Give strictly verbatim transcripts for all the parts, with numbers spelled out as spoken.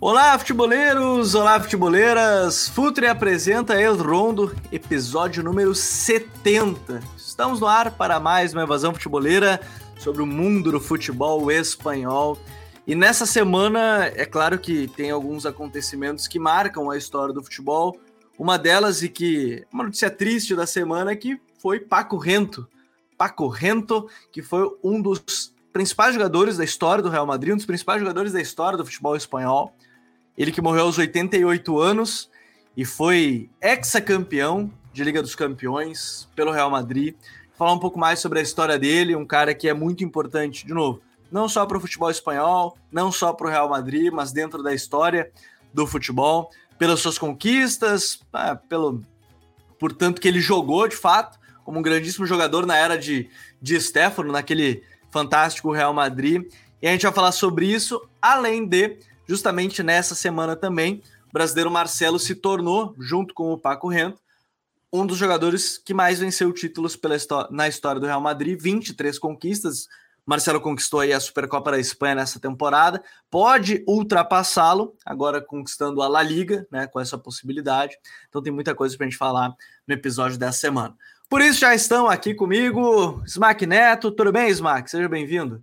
Olá, futeboleiros! Olá, futeboleiras! Futre apresenta El Rondo, episódio número setenta. Estamos no ar para mais uma invasão futeboleira sobre o mundo do futebol espanhol. E nessa semana, é claro que tem alguns acontecimentos que marcam a história do futebol. Uma delas, e que uma notícia triste da semana, é que foi Paco Gento. Paco Gento, que foi um dos principais jogadores da história do Real Madrid, um dos principais jogadores da história do futebol espanhol. Ele que morreu aos oitenta e oito anos e foi hexacampeão de Liga dos Campeões pelo Real Madrid. Falar um pouco mais sobre a história dele, um cara que é muito importante, de novo, não só para o futebol espanhol, não só para o Real Madrid, mas dentro da história do futebol, pelas suas conquistas, ah, pelo, por tanto que ele jogou, de fato, como um grandíssimo jogador na era de, de Stéfano, naquele fantástico Real Madrid. E a gente vai falar sobre isso, além de, justamente nessa semana também, o brasileiro Marcelo se tornou, junto com o Paco Gento, um dos jogadores que mais venceu títulos pela na história do Real Madrid, vinte e três conquistas. Marcelo conquistou aí a Supercopa da Espanha nessa temporada, pode ultrapassá-lo, agora conquistando a La Liga, né, com essa possibilidade. Então tem muita coisa para a gente falar no episódio dessa semana. Por isso já estão aqui comigo, Smack Neto. Tudo bem, Smack? Seja bem-vindo.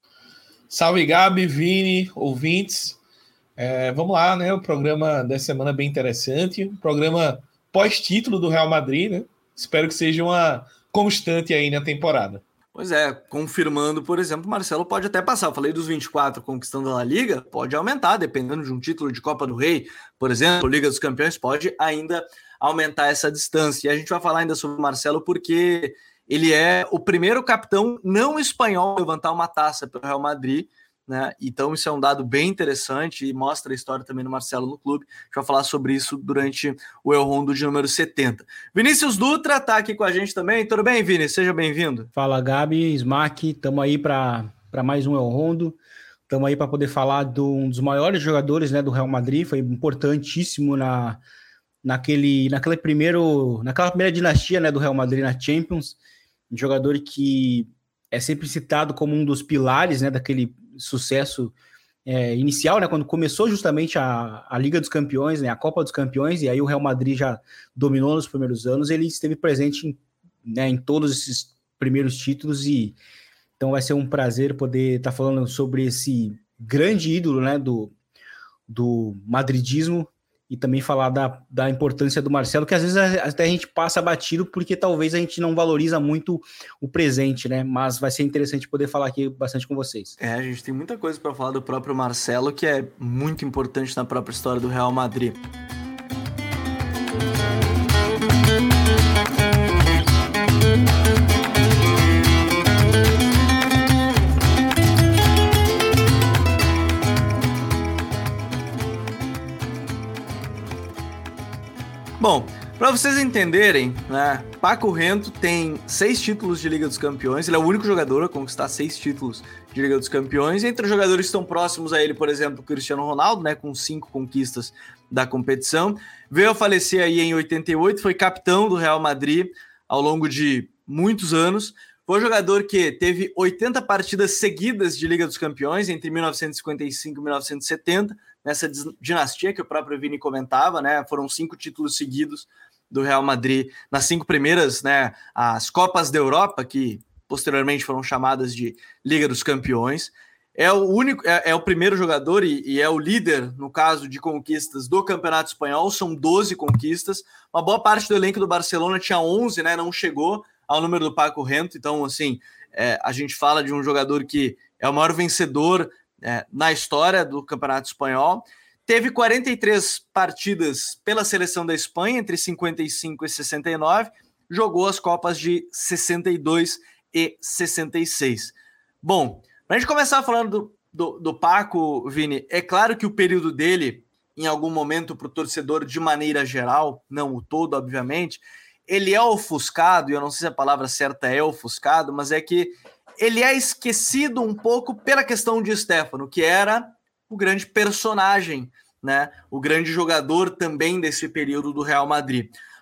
Salve, Gabi, Vini, ouvintes. É, vamos lá, né? O programa dessa semana é bem interessante. Um programa pós-título do Real Madrid, né? Espero que seja uma constante aí na temporada. Pois é, confirmando, por exemplo, o Marcelo pode até passar. Eu falei dos vinte e quatro conquistando a La Liga, pode aumentar, dependendo de um título de Copa do Rei, por exemplo, Liga dos Campeões, pode ainda aumentar essa distância. E a gente vai falar ainda sobre o Marcelo porque ele é o primeiro capitão não espanhol a levantar uma taça pelo Real Madrid, né? Então isso é um dado bem interessante e mostra a história também do Marcelo no clube. A gente vai falar sobre isso durante o El Rondo de número setenta. Vinícius Dutra está aqui com a gente também. Tudo bem, Vini? Seja bem-vindo. Fala, Gabi, Smack, estamos aí para mais um El Rondo. Estamos aí para poder falar de um dos maiores jogadores, né, do Real Madrid. Foi importantíssimo na, naquele, naquele primeiro, naquela primeira dinastia, né, do Real Madrid na Champions. Um jogador que é sempre citado como um dos pilares, né, daquele sucesso é, inicial, né, quando começou justamente a, a Liga dos Campeões, né, a Copa dos Campeões, e aí o Real Madrid já dominou nos primeiros anos. Ele esteve presente em, né, em todos esses primeiros títulos, e então vai ser um prazer poder estar tá falando sobre esse grande ídolo, né, do, do madridismo, e também falar da, da importância do Marcelo, que às vezes até a gente passa batido, porque talvez a gente não valoriza muito o presente, né? Mas vai ser interessante poder falar aqui bastante com vocês. É, a gente tem muita coisa para falar do próprio Marcelo, que é muito importante na própria história do Real Madrid. Bom, para vocês entenderem, né, Paco Gento tem seis títulos de Liga dos Campeões. Ele é o único jogador a conquistar seis títulos de Liga dos Campeões. Entre os jogadores que estão próximos a ele, por exemplo, o Cristiano Ronaldo, né, com cinco conquistas da competição. Veio a falecer aí em oitenta e oito, foi capitão do Real Madrid ao longo de muitos anos. Foi um jogador que teve oitenta partidas seguidas de Liga dos Campeões entre mil novecentos e cinquenta e cinco e mil novecentos e setenta, nessa dinastia que o próprio Vini comentava, né? Foram cinco títulos seguidos do Real Madrid nas cinco primeiras, né? As Copas da Europa, que posteriormente foram chamadas de Liga dos Campeões. É o único, é, é o primeiro jogador e, e é o líder, no caso de conquistas do Campeonato Espanhol, são doze conquistas. Uma boa parte do elenco do Barcelona tinha onze, né? Não chegou ao número do Paco Gento. Então, assim, é, a gente fala de um jogador que é o maior vencedor é, na história do Campeonato Espanhol. Teve quarenta e três partidas pela seleção da Espanha, entre cinquenta e cinco e sessenta e nove. Jogou as Copas de sessenta e dois e sessenta e seis. Bom, para a gente começar falando do, do, do Paco, Vini, é claro que o período dele, em algum momento, para o torcedor, de maneira geral, não o todo, obviamente, ele é ofuscado, e eu não sei se a palavra certa é ofuscado, mas é que ele é esquecido um pouco pela questão de Stéfano, que era o grande personagem, né? O grande jogador também desse período do Real Madrid.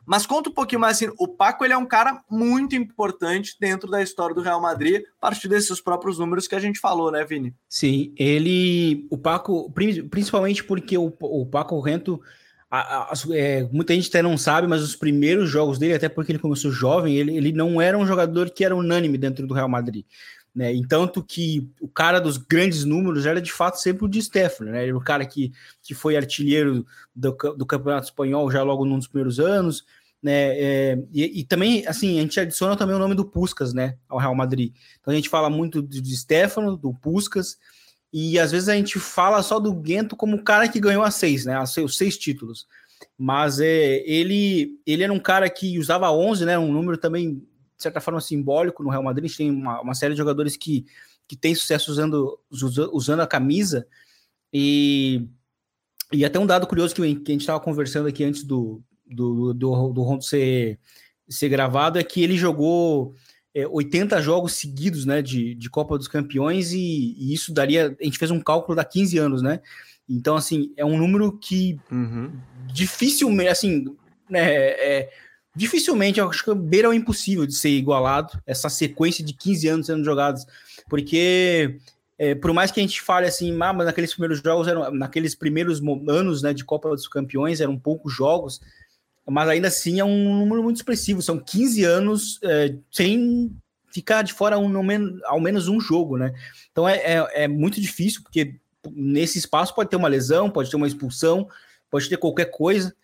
Mas conta um pouquinho mais assim, o Paco ele é um cara muito importante dentro da história do Real Madrid, a partir desses próprios números que a gente falou, né, Vini? Sim, ele, o Paco, principalmente porque o, o Paco Rento, a, a, é, muita gente até não sabe, mas os primeiros jogos dele, até porque ele começou jovem, ele, ele não era um jogador que era unânime dentro do Real Madrid, né? Entanto que o cara dos grandes números era de fato sempre o Di Stéfano, né? Ele era o cara que, que foi artilheiro do, do Campeonato Espanhol já logo num dos primeiros anos, né? É, e, e também, assim, a gente adiciona também o nome do Puskás, né, ao Real Madrid. Então a gente fala muito do Di Stéfano, do Puskás, e às vezes a gente fala só do Guento como o cara que ganhou as seis, né, os seis títulos. Mas é, ele, ele era um cara que usava onze, né, um número também, de certa forma, simbólico no Real Madrid. A gente tem uma, uma série de jogadores que, que tem sucesso usando, usando a camisa. E, e até um dado curioso que, que a gente estava conversando aqui antes do, do, do, do Rondo ser, ser gravado é que ele jogou é, oitenta jogos seguidos, né, de, de Copa dos Campeões, e, e isso daria, a gente fez um cálculo da quinze anos, né? Então, assim, é um número que uhum. dificilmente, assim, né, é, dificilmente, eu acho que beira o impossível de ser igualado, essa sequência de quinze anos sendo jogados, porque é, por mais que a gente fale assim, ah, mas naqueles primeiros jogos, eram, naqueles primeiros anos, né, de Copa dos Campeões, eram poucos jogos, mas ainda assim é um número muito expressivo, são quinze anos é, sem ficar de fora um, ao menos um jogo, né? Então é, é, é muito difícil, porque nesse espaço pode ter uma lesão, pode ter uma expulsão, pode ter qualquer coisa,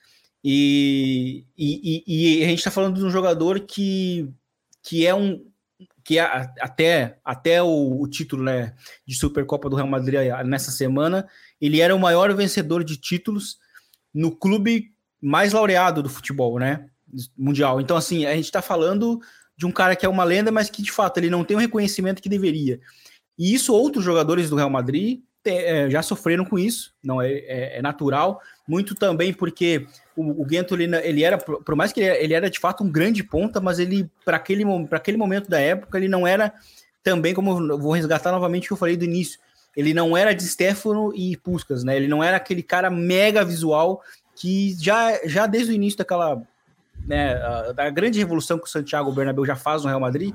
e, e, e a gente está falando de um jogador que, que é um que é, até, até o, o título, né, de Supercopa do Real Madrid nessa semana, ele era o maior vencedor de títulos no clube mais laureado do futebol, né, mundial. Então, assim, a gente está falando de um cara que é uma lenda, mas que, de fato, ele não tem o reconhecimento que deveria. E isso outros jogadores do Real Madrid é, já sofreram com isso, não é, é, é natural, muito também porque o, o Guento, ele, ele era, por mais que ele, ele era de fato um grande ponta, mas ele, para aquele, para aquele momento da época, ele não era também, como eu vou resgatar novamente o que eu falei do início, ele não era Di Stéfano e Puskás, né? Ele não era aquele cara mega visual que já, já desde o início daquela, né, a, da grande revolução que o Santiago Bernabéu já faz no Real Madrid,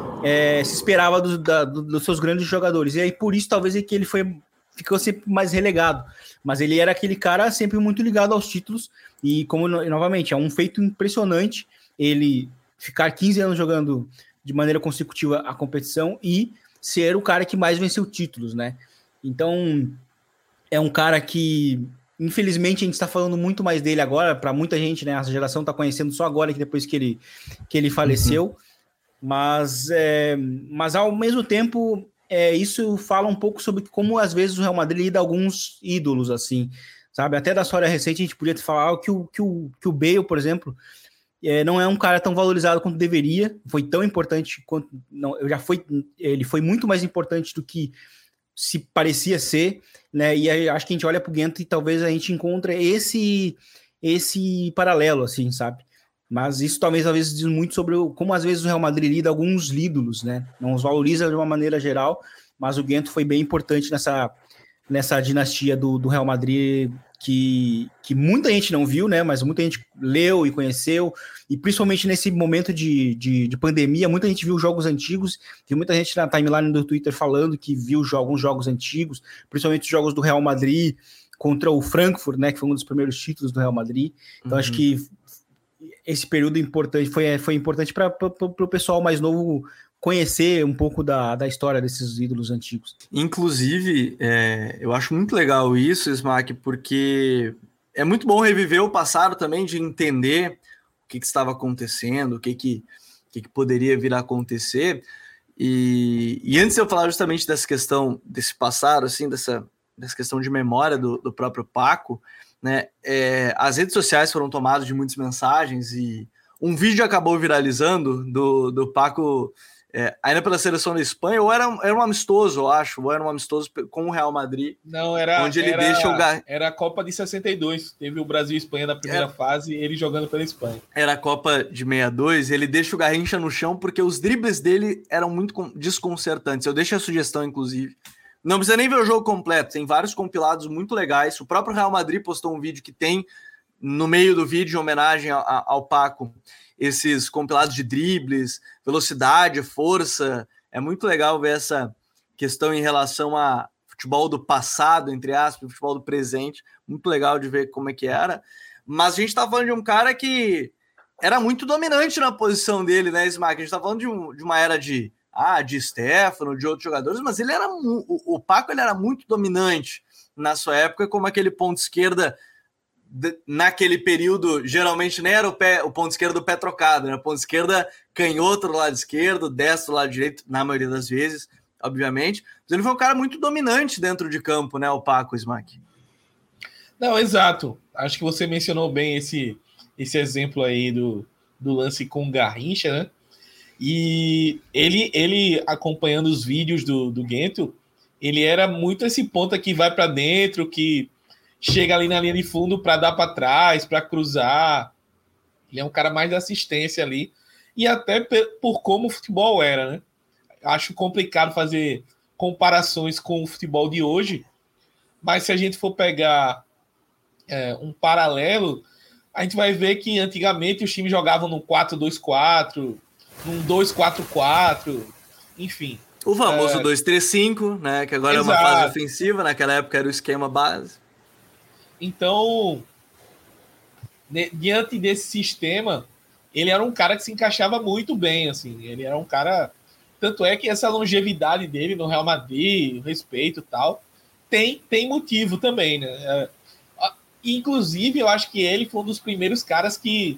é, se esperava do, da, do, dos seus grandes jogadores, e aí por isso talvez é que ele foi, ficou sempre mais relegado, mas ele era aquele cara sempre muito ligado aos títulos, e como, novamente, é um feito impressionante ele ficar quinze anos jogando de maneira consecutiva a competição e ser o cara que mais venceu títulos, né? Então, é um cara que, infelizmente, a gente está falando muito mais dele agora, para muita gente, né? Essa geração está conhecendo só agora, que depois que ele, que ele faleceu, uhum. mas, é, mas ao mesmo tempo, é, isso fala um pouco sobre como, às vezes, o Real Madrid lida alguns ídolos, assim, sabe? Até da história recente, a gente podia falar que o, que o, que o Bale, por exemplo, é, não é um cara tão valorizado quanto deveria, foi tão importante quanto... Não, eu já foi, ele foi muito mais importante do que se parecia ser, né? E aí, acho que a gente olha pro Guento e talvez a gente encontre esse, esse paralelo, assim, sabe? Mas isso talvez, talvez diz muito sobre o, como às vezes o Real Madrid lida alguns ídolos, né? Não os valoriza de uma maneira geral, mas o Guento foi bem importante nessa, nessa dinastia do, do Real Madrid que, que muita gente não viu, né? Mas muita gente leu e conheceu, e principalmente nesse momento de, de, de pandemia, muita gente viu jogos antigos, tem muita gente na timeline do Twitter falando que viu alguns jogos antigos, principalmente os jogos do Real Madrid contra o Frankfurt, né? Que foi um dos primeiros títulos do Real Madrid. Então, uhum. acho que esse período importante foi, foi importante para o pessoal mais novo conhecer um pouco da, da história desses ídolos antigos. Inclusive, é, eu acho muito legal isso, Smack, porque é muito bom reviver o passado também, de entender o que, que estava acontecendo, o que, que, que, que poderia vir a acontecer. E, e antes de eu falar justamente dessa questão, desse passado, assim, dessa, dessa questão de memória do, do próprio Paco, né, é, as redes sociais foram tomadas de muitas mensagens e um vídeo acabou viralizando do, do Paco é, ainda pela seleção da Espanha, ou era, era um amistoso, eu acho, ou era um amistoso com o Real Madrid. Não, era, onde ele era, deixa o gar... era a Copa de sessenta e dois, teve o Brasil e Espanha na primeira era, fase, ele jogando pela Espanha. Era a Copa de sessenta e dois, ele deixa o Garrincha no chão porque os dribles dele eram muito desconcertantes. Eu deixo a sugestão, inclusive. Não precisa nem ver o jogo completo, tem vários compilados muito legais. O próprio Real Madrid postou um vídeo que tem no meio do vídeo, em homenagem ao, ao Paco, esses compilados de dribles, velocidade, força. É muito legal ver essa questão em relação a futebol do passado, entre aspas, futebol do presente. Muito legal de ver como é que era. Mas a gente está falando de um cara que era muito dominante na posição dele, né, Smack? A gente está falando de, um, de uma era de, ah, de Stefano, de outros jogadores, mas ele era o, o Paco ele era muito dominante na sua época, como aquele ponto esquerda. Naquele período, geralmente nem era o, pé, o ponto esquerdo do pé trocado, né? O ponto esquerda canhoto do lado esquerdo, destro do lado direito, na maioria das vezes, obviamente. Mas ele foi um cara muito dominante dentro de campo, né? O Paco, Smack. Não, exato. Acho que você mencionou bem esse, esse exemplo aí do, do lance com o Garrincha, né? E ele, ele acompanhando os vídeos do, do Guento, ele era muito esse ponta que vai para dentro, que chega ali na linha de fundo para dar para trás, para cruzar. Ele é um cara mais de assistência ali. E até por como o futebol era, né? Acho complicado fazer comparações com o futebol de hoje, mas se a gente for pegar é, um paralelo, a gente vai ver que antigamente os times jogavam no quatro dois quatro, num dois quatro quatro, enfim. O famoso é... dois três cinco, né? Que agora Exato. É uma fase ofensiva, naquela época era o esquema base. Então, diante desse sistema, ele era um cara que se encaixava muito bem, assim. Ele era um cara... Tanto é que essa longevidade dele no Real Madrid, respeito e tal, tem, tem motivo também, né? Inclusive, eu acho que ele foi um dos primeiros caras que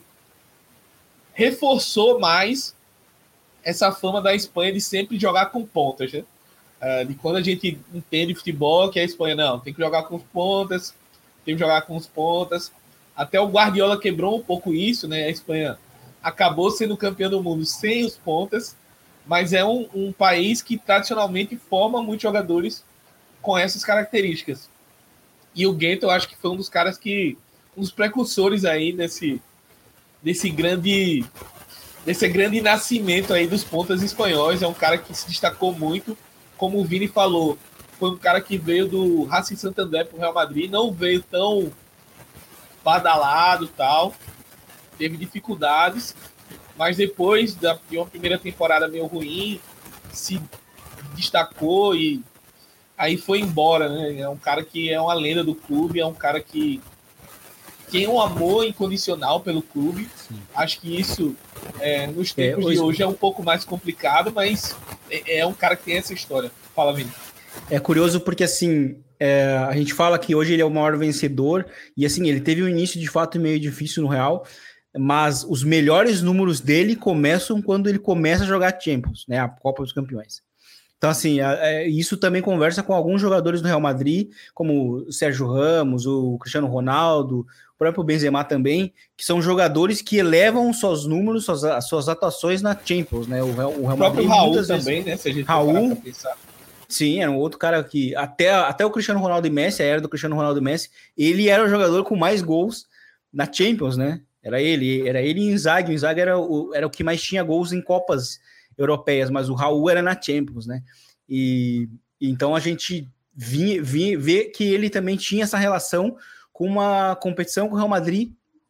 reforçou mais essa fama da Espanha de sempre jogar com pontas, né? De quando a gente entende futebol, que a Espanha, não, tem que jogar com pontas, tem que jogar com os pontas. Até o Guardiola quebrou um pouco isso, né? A Espanha acabou sendo campeã do mundo sem os pontas, mas é um, um país que tradicionalmente forma muitos jogadores com essas características. E o Guento, eu acho que foi um dos caras que... um dos precursores aí desse, desse grande... desse grande nascimento aí dos pontas espanhóis. É um cara que se destacou muito, como o Vini falou. Foi um cara que veio do Racing Santander para o Real Madrid, não veio tão badalado e tal, teve dificuldades, mas depois da, de uma primeira temporada meio ruim, se destacou e aí foi embora, né? É um cara que é uma lenda do clube, é um cara que tem um amor incondicional pelo clube. Sim. Acho que isso, é, nos tempos é, hoje... de hoje, é um pouco mais complicado, mas é, é um cara que tem essa história. Fala, Vini. É curioso porque, assim, é, a gente fala que hoje ele é o maior vencedor e, assim, ele teve um início, de fato, meio difícil no Real, mas os melhores números dele começam quando ele começa a jogar Champions, né, a Copa dos Campeões. Então, assim, é, é, isso também conversa com alguns jogadores do Real Madrid, como o Sérgio Ramos, o Cristiano Ronaldo, o próprio Benzema também, que são jogadores que elevam seus números, suas, suas atuações na Champions, né? O, o, Real o próprio Madrid, Raul também, vezes, né? Se a gente Raul, pra pensar. Sim, era um outro cara que, até, até o Cristiano Ronaldo e Messi, a era do Cristiano Ronaldo e Messi, ele era o jogador com mais gols na Champions, né? Era ele, era ele e Inzaghi. O Inzaghi era o, era o que mais tinha gols em Copas europeias, mas o Raul era na Champions, né? E então a gente vinha, vinha, vê que ele também tinha essa relação com uma competição com o Real Madrid,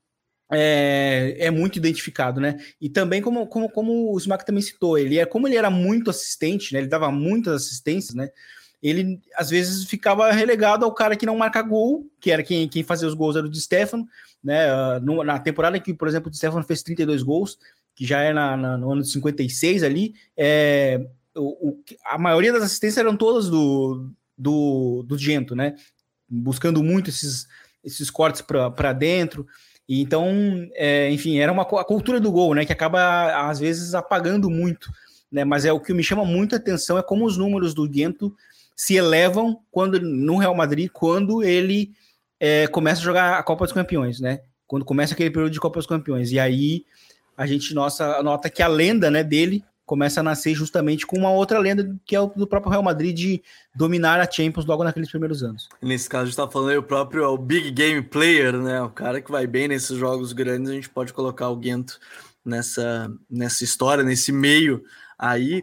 é, é muito identificado, né? E também, como, como, como o Smack também citou, ele é, como ele era muito assistente, né? Ele dava muitas assistências, né? Ele às vezes ficava relegado ao cara que não marca gol, que era quem, quem fazia os gols era o Di Stefano, né? No, na temporada que, por exemplo, o Di Stefano fez trinta e dois gols, que já é na, na, no ano de cinquenta e seis ali, é, o, o, a maioria das assistências eram todas do, do, do Gento, né? Buscando muito esses, esses cortes para dentro. E então, é, enfim, era uma a cultura do gol, né? Que acaba, às vezes, apagando muito, né? Mas é o que me chama muita atenção é como os números do Gento se elevam quando, no Real Madrid, quando ele é, começa a jogar a Copa dos Campeões, né? Quando começa aquele período de Copa dos Campeões. E aí a gente nossa, nota que a lenda, né, dele começa a nascer justamente com uma outra lenda, que é o do próprio Real Madrid, de dominar a Champions logo naqueles primeiros anos. Nesse caso, a gente tá falando aí o próprio o Big Game Player, né? O cara que vai bem nesses jogos grandes, a gente pode colocar o Guento nessa, nessa história, nesse meio aí.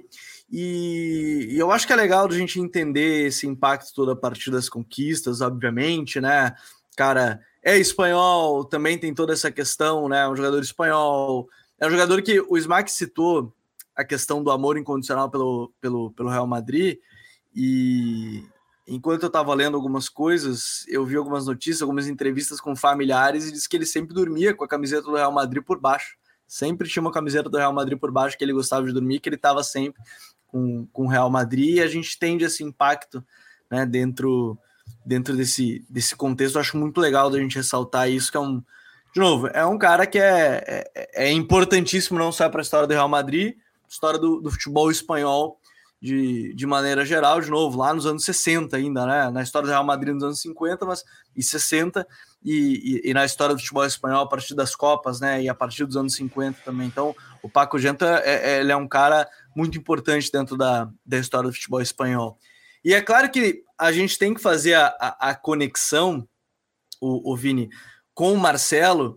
E, e eu acho que é legal a gente entender esse impacto todo a partir das conquistas, obviamente, né? Cara, é espanhol, também tem toda essa questão, né? Um jogador espanhol, é um jogador que o Smack citou a questão do amor incondicional pelo, pelo, pelo Real Madrid, e enquanto eu estava lendo algumas coisas, eu vi algumas notícias, algumas entrevistas com familiares, e disse que ele sempre dormia com a camiseta do Real Madrid por baixo, sempre tinha uma camiseta do Real Madrid por baixo, que ele gostava de dormir, que ele estava sempre com, com o Real Madrid, e a gente tende esse impacto, né, dentro, dentro desse, desse contexto. Eu acho muito legal da gente ressaltar isso, que é um, de novo, é um cara que é, é, é importantíssimo não só para a história do Real Madrid, história do, do futebol espanhol de, de maneira geral, de novo, lá nos anos sessenta ainda, né? Na história do Real Madrid nos anos cinquenta, mas e sessenta, e, e, e na história do futebol espanhol a partir das Copas, né? E a partir dos anos cinquenta também. Então, o Paco Genta, é, é, ele é um cara muito importante dentro da, da história do futebol espanhol. E é claro que a gente tem que fazer a, a, a conexão, o, o Vini, com o Marcelo,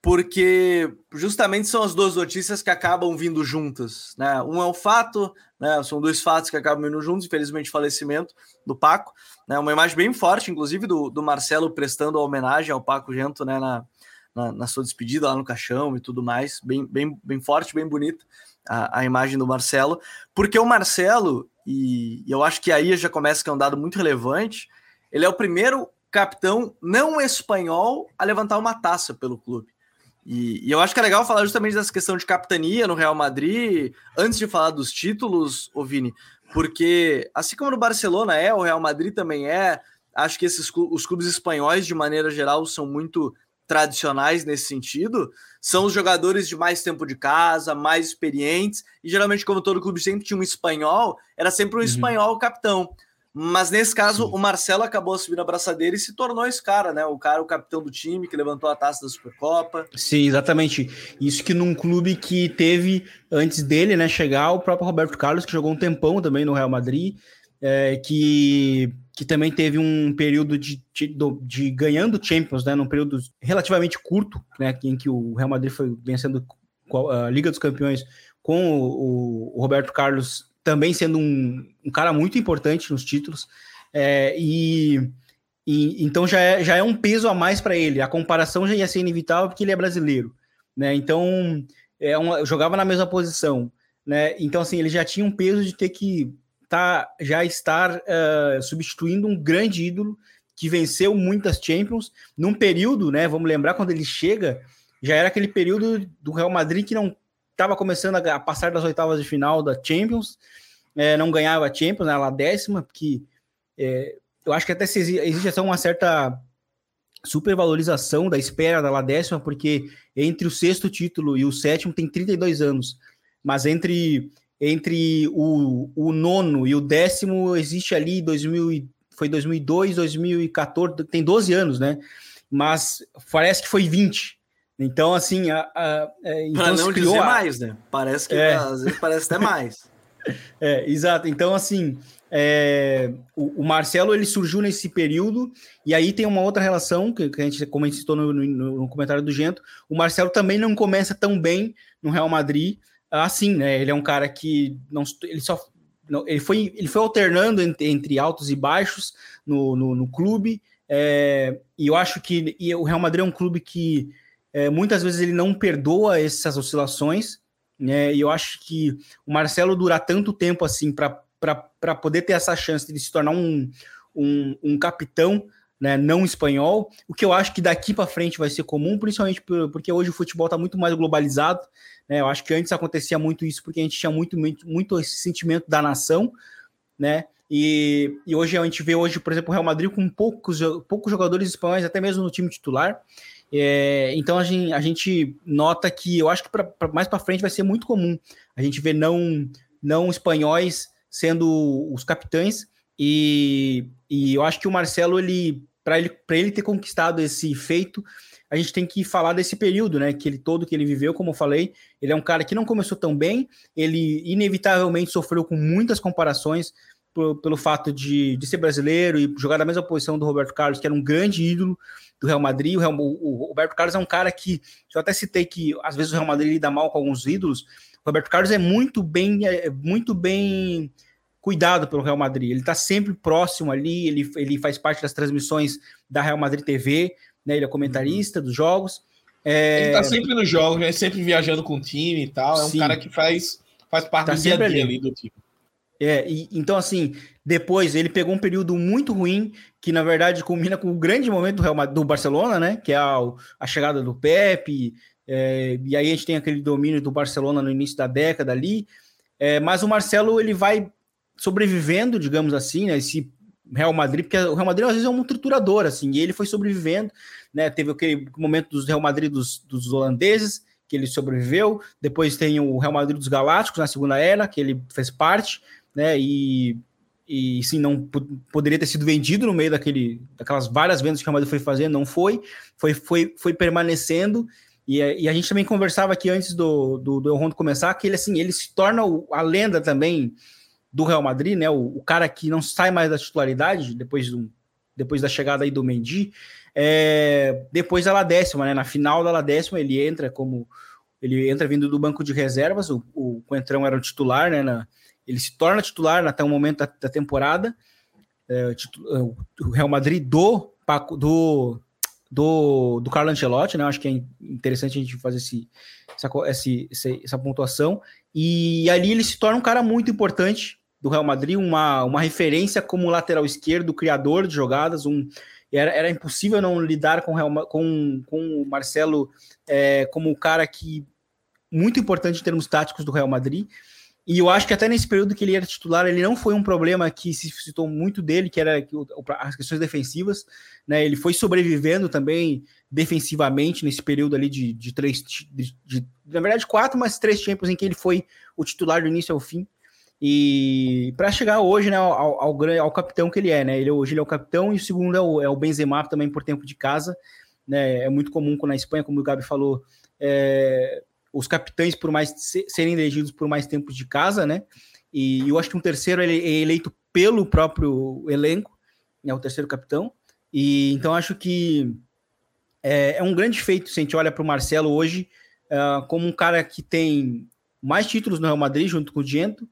porque justamente são as duas notícias que acabam vindo juntas, né? Um é o fato, né? São dois fatos que acabam vindo juntos, infelizmente o falecimento do Paco, né? Uma imagem bem forte, inclusive, do, do Marcelo prestando a homenagem ao Paco Gento, né? Na, na, na sua despedida lá no caixão e tudo mais, bem, bem, bem forte, bem bonita a, a imagem do Marcelo, porque o Marcelo, e, e eu acho que aí já começa que é um dado muito relevante, ele é o primeiro capitão não espanhol a levantar uma taça pelo clube. E, e eu acho que é legal falar justamente dessa questão de capitania no Real Madrid, antes de falar dos títulos, ô Vini, porque assim como no Barcelona é, o Real Madrid também é, acho que esses, os clubes espanhóis, de maneira geral, são muito tradicionais nesse sentido, são os jogadores de mais tempo de casa, mais experientes, e geralmente, como todo clube sempre tinha um espanhol, era sempre um uhum. espanhol capitão. Mas nesse caso, Sim. o Marcelo acabou assumindo a braçadeira e se tornou esse cara, né? O cara, o capitão do time, que levantou a taça da Supercopa. Sim, exatamente. Isso que num clube que teve, antes dele, né, chegar, o próprio Roberto Carlos, que jogou um tempão também no Real Madrid, é, que, que também teve um período de, de, de ganhando Champions, né? Num período relativamente curto, né? Em que o Real Madrid foi vencendo a Liga dos Campeões com o, o Roberto Carlos também sendo um, um cara muito importante nos títulos, é, e, e então já é, já é um peso a mais para ele. A comparação já ia ser inevitável porque ele é brasileiro, né? Então é uma, jogava na mesma posição, né? Então assim, ele já tinha um peso de ter que tá, já estar uh, substituindo um grande ídolo que venceu muitas Champions num período, né? Vamos lembrar, quando ele chega, já era aquele período do Real Madrid que não estava começando a passar das oitavas de final da Champions, é, não ganhava a Champions, né, ela décima, porque é, eu acho que até se existe, existe até uma certa supervalorização da espera da La décima, porque entre o sexto título e o sétimo tem trinta e dois anos, mas entre, entre o, o nono e o décimo existe ali dois mil, foi dois mil e dois, dois mil e quatorze, tem doze anos, né? Mas parece que foi vinte. Então, assim, a, a, a, então para não dizer a... mais, né? Parece que é. Às vezes parece até mais. É, exato. Então, assim, é, o, o Marcelo, ele surgiu nesse período, e aí tem uma outra relação, que, que a gente, como a gente citou no, no, no comentário do Gento, o Marcelo também não começa tão bem no Real Madrid, assim, né? Ele é um cara que não, ele só não, ele foi, ele foi alternando entre, entre altos e baixos no, no, no clube, é, e eu acho que e o Real Madrid é um clube que É, muitas vezes ele não perdoa essas oscilações, né? E eu acho que o Marcelo durar tanto tempo assim para poder ter essa chance de se tornar um, um, um capitão, né, não espanhol, o que eu acho que daqui para frente vai ser comum, principalmente porque hoje o futebol está muito mais globalizado, né? Eu acho que antes acontecia muito isso porque a gente tinha muito, muito, muito esse sentimento da nação, né? E, e hoje a gente vê hoje, por exemplo, o Real Madrid com poucos, poucos jogadores espanhóis, até mesmo no time titular. É, então a gente, a gente nota que eu acho que pra, pra, mais para frente vai ser muito comum a gente ver não, não espanhóis sendo os capitães, e, e eu acho que o Marcelo, ele, para ele, para ele ter conquistado esse feito, a gente tem que falar desse período, né, que ele, todo que ele viveu, como eu falei. Ele é um cara que não começou tão bem, ele inevitavelmente sofreu com muitas comparações por, pelo fato de, de ser brasileiro e jogar na mesma posição do Roberto Carlos, que era um grande ídolo do Real Madrid. O, Real, o, o Roberto Carlos é um cara que, eu até citei que às vezes o Real Madrid lida mal com alguns ídolos. O Roberto Carlos é muito bem, é muito bem cuidado pelo Real Madrid, ele está sempre próximo ali, ele, ele faz parte das transmissões da Real Madrid T V, né? Ele é comentarista uhum. dos jogos. É... Ele tá sempre nos jogos, né? Sempre viajando com o time e tal. É um Sim. cara que faz, faz parte tá do dia a dia ali do time. É, e, então assim, depois ele pegou um período muito ruim, que na verdade culmina com o grande momento do, Real, do Barcelona, né, que é a, a chegada do Pepe, é, e aí a gente tem aquele domínio do Barcelona no início da década ali, é, mas o Marcelo ele vai sobrevivendo, digamos assim, né, esse Real Madrid, porque o Real Madrid às vezes é um triturador, assim, e ele foi sobrevivendo, né, teve aquele momento dos Real Madrid dos, dos holandeses, que ele sobreviveu, depois tem o Real Madrid dos Galácticos na segunda era, que ele fez parte, né, e, e sim, não p- poderia ter sido vendido no meio daquele, daquelas várias vendas que o Real Madrid foi fazendo, não foi, foi, foi, foi permanecendo, e, e a gente também conversava aqui antes do, do, do Rondo começar, que ele, assim, ele se torna o, a lenda também do Real Madrid, né, o, o cara que não sai mais da titularidade, depois, do, depois da chegada aí do Mendy, é, depois da La Décima, né, na final da La Décima ele entra como, ele entra vindo do banco de reservas, o, o Coentrão era o titular, né, na ele se torna titular até o momento da, da temporada, é, titu, o Real Madrid do, do, do, do Carlo Ancelotti, né? Acho que é interessante a gente fazer esse, essa, esse, essa pontuação, e ali ele se torna um cara muito importante do Real Madrid, uma, uma referência como lateral esquerdo, criador de jogadas, um, era, era impossível não lidar com, com, com o Marcelo é, como um cara que muito importante em termos táticos do Real Madrid. E eu acho que até nesse período que ele era titular, ele não foi um problema que se citou muito dele, que era as questões defensivas, né? Ele foi sobrevivendo também defensivamente nesse período ali de, de três, de, de, na verdade quatro, mas três Champions em que ele foi o titular do início ao fim. E para chegar hoje, né, ao, ao, ao capitão que ele é, né? Ele, hoje ele é o capitão e o segundo é o, é o Benzema também por tempo de casa, né? É muito comum na Espanha, como o Gabi falou, é... os capitães por mais serem elegidos por mais tempos de casa, né? E eu acho que um terceiro ele é eleito pelo próprio elenco, né? O terceiro capitão. E então acho que é, é um grande feito se a gente olha para o Marcelo hoje uh, como um cara que tem mais títulos no Real Madrid junto com o Gento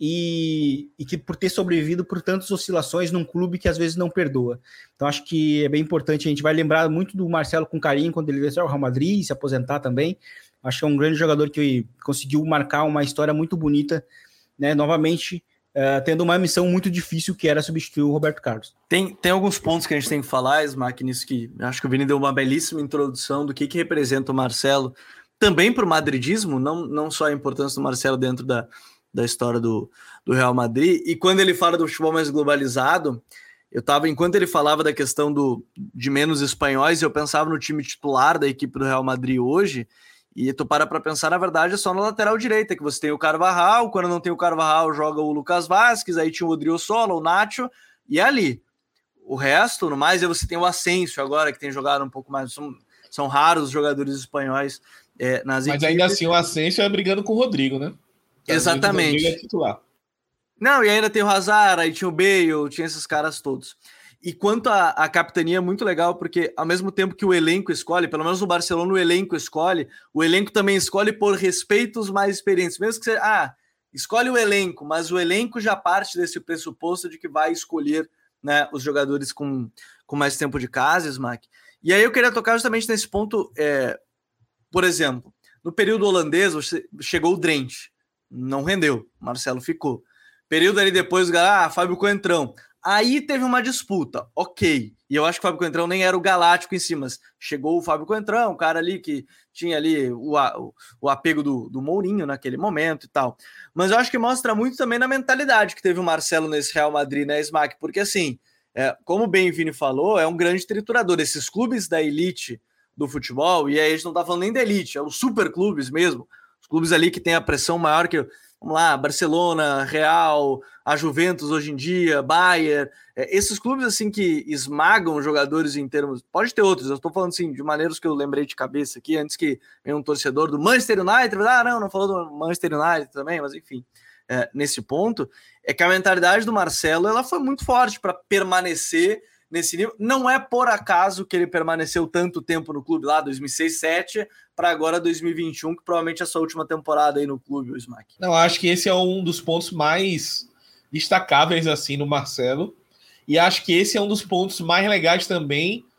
e, e que por ter sobrevivido por tantas oscilações num clube que às vezes não perdoa. Então acho que é bem importante, a gente vai lembrar muito do Marcelo com carinho quando ele veio ao Real Madrid e se aposentar também. Acho que é um grande jogador que conseguiu marcar uma história muito bonita, né? Novamente, uh, tendo uma missão muito difícil, que era substituir o Roberto Carlos. Tem, tem alguns pontos que a gente tem que falar, Smack, nisso que acho que o Vini deu uma belíssima introdução do que, que representa o Marcelo, também para o madridismo, não, não só a importância do Marcelo dentro da, da história do, do Real Madrid. E quando ele fala do futebol mais globalizado, eu estava, enquanto ele falava da questão do, de menos espanhóis, eu pensava no time titular da equipe do Real Madrid hoje. E tu para para pensar, na verdade, é só na lateral direita, que você tem o Carvajal, quando não tem o Carvajal, joga o Lucas Vázquez, aí tinha o Odriozola, o Nacho, e ali. O resto, no mais, você tem o Asensio agora, que tem jogado um pouco mais, são, são raros os jogadores espanhóis é, nas Mas equipes. Ainda assim, o Asensio é brigando com o Rodrigo, né? Exatamente. O Rodrigo é titular. Não, e ainda tem o Hazard, aí tinha o Bale, tinha esses caras todos. E quanto à, à capitania, é muito legal, porque ao mesmo tempo que o elenco escolhe, pelo menos no Barcelona o elenco escolhe, o elenco também escolhe por respeito aos mais experientes. Mesmo que você, ah, escolhe o elenco, mas o elenco já parte desse pressuposto de que vai escolher, né, os jogadores com, com mais tempo de casa, Smack. E aí eu queria tocar justamente nesse ponto, é, por exemplo, no período holandês chegou o Drent, não rendeu, Marcelo ficou. Período ali depois, ah, Fábio Coentrão. Aí teve uma disputa, ok. E eu acho que o Fábio Coentrão nem era o galáctico em si, mas chegou o Fábio Coentrão, o cara ali que tinha ali o, o, o apego do, do Mourinho naquele momento e tal. Mas eu acho que mostra muito também na mentalidade que teve o Marcelo nesse Real Madrid, né, Smack? Porque assim, é, como bem o Vini falou, é um grande triturador. Esses clubes da elite do futebol, e aí a gente não tá falando nem da elite, é os super clubes mesmo, os clubes ali que tem a pressão maior que... Vamos lá, Barcelona, Real, a Juventus hoje em dia, Bayern, é, esses clubes assim que esmagam jogadores em termos... Pode ter outros, eu estou falando assim, de maneiras que eu lembrei de cabeça aqui, antes que venha um torcedor do Manchester United, ah, não, não falou do Manchester United também, mas enfim, é, nesse ponto, é que a mentalidade do Marcelo ela foi muito forte para permanecer nesse nível. Não é por acaso que ele permaneceu tanto tempo no clube lá, dois mil e seis, dois mil e sete, para agora dois mil e vinte e um, que provavelmente é a sua última temporada aí no clube, o Smack. Não, acho que esse é um dos pontos mais destacáveis assim no Marcelo, e acho que esse é um dos pontos mais legais também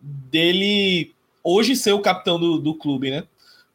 dele hoje ser o capitão do, do clube, né?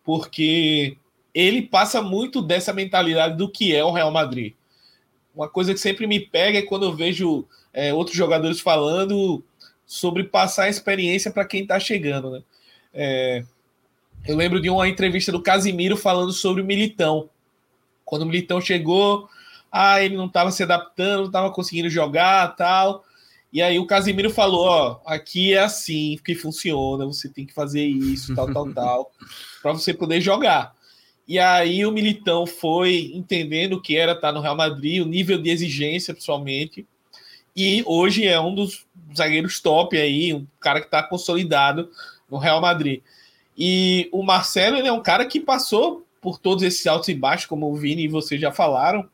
Porque ele passa muito dessa mentalidade do que é o Real Madrid. Uma coisa que sempre me pega é quando eu vejo é, outros jogadores falando sobre passar a experiência para quem está chegando, né? É, eu lembro de uma entrevista do Casimiro falando sobre o Militão. Quando o Militão chegou, ah, ele não estava se adaptando, não estava conseguindo jogar, tal. E aí o Casimiro falou, ó, aqui é assim que funciona, você tem que fazer isso, tal, tal, tal, para você poder jogar. E aí o Militão foi entendendo o que era estar no Real Madrid, o nível de exigência, principalmente, e hoje é um dos zagueiros top aí, um cara que está consolidado no Real Madrid. E o Marcelo, ele é um cara que passou por todos esses altos e baixos, como o Vini e vocês já falaram,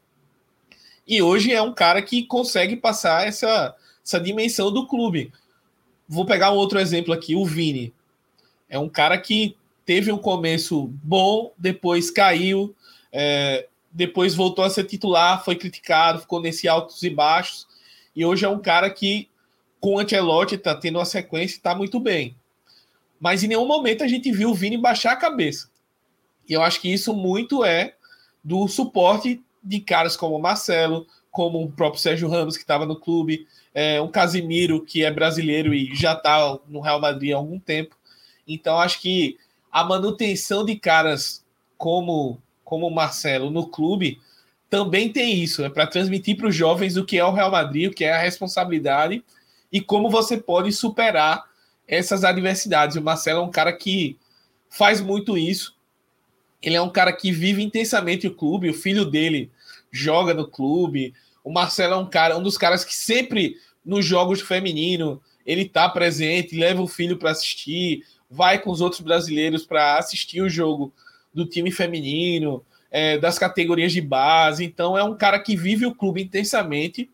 e hoje é um cara que consegue passar essa, essa dimensão do clube. Vou pegar um outro exemplo aqui, o Vini. É um cara que teve um começo bom, depois caiu, é, depois voltou a ser titular, foi criticado, ficou nesse altos e baixos, e hoje é um cara que, com o Ancelotti, está tendo uma sequência e está muito bem. Mas em nenhum momento a gente viu o Vini baixar a cabeça. E eu acho que isso muito é do suporte de caras como o Marcelo, como o próprio Sérgio Ramos, que estava no clube, é, um Casimiro, que é brasileiro e já está no Real Madrid há algum tempo. Então, acho que a manutenção de caras como, como o Marcelo no clube também tem isso, é para transmitir para os jovens o que é o Real Madrid, o que é a responsabilidade e como você pode superar essas adversidades. O Marcelo é um cara que faz muito isso, ele é um cara que vive intensamente o clube, o filho dele joga no clube, o Marcelo é um cara, um dos caras que sempre nos jogos feminino ele está presente, leva o filho para assistir, vai com os outros brasileiros para assistir o jogo do time feminino, é, das categorias de base. Então é um cara que vive o clube intensamente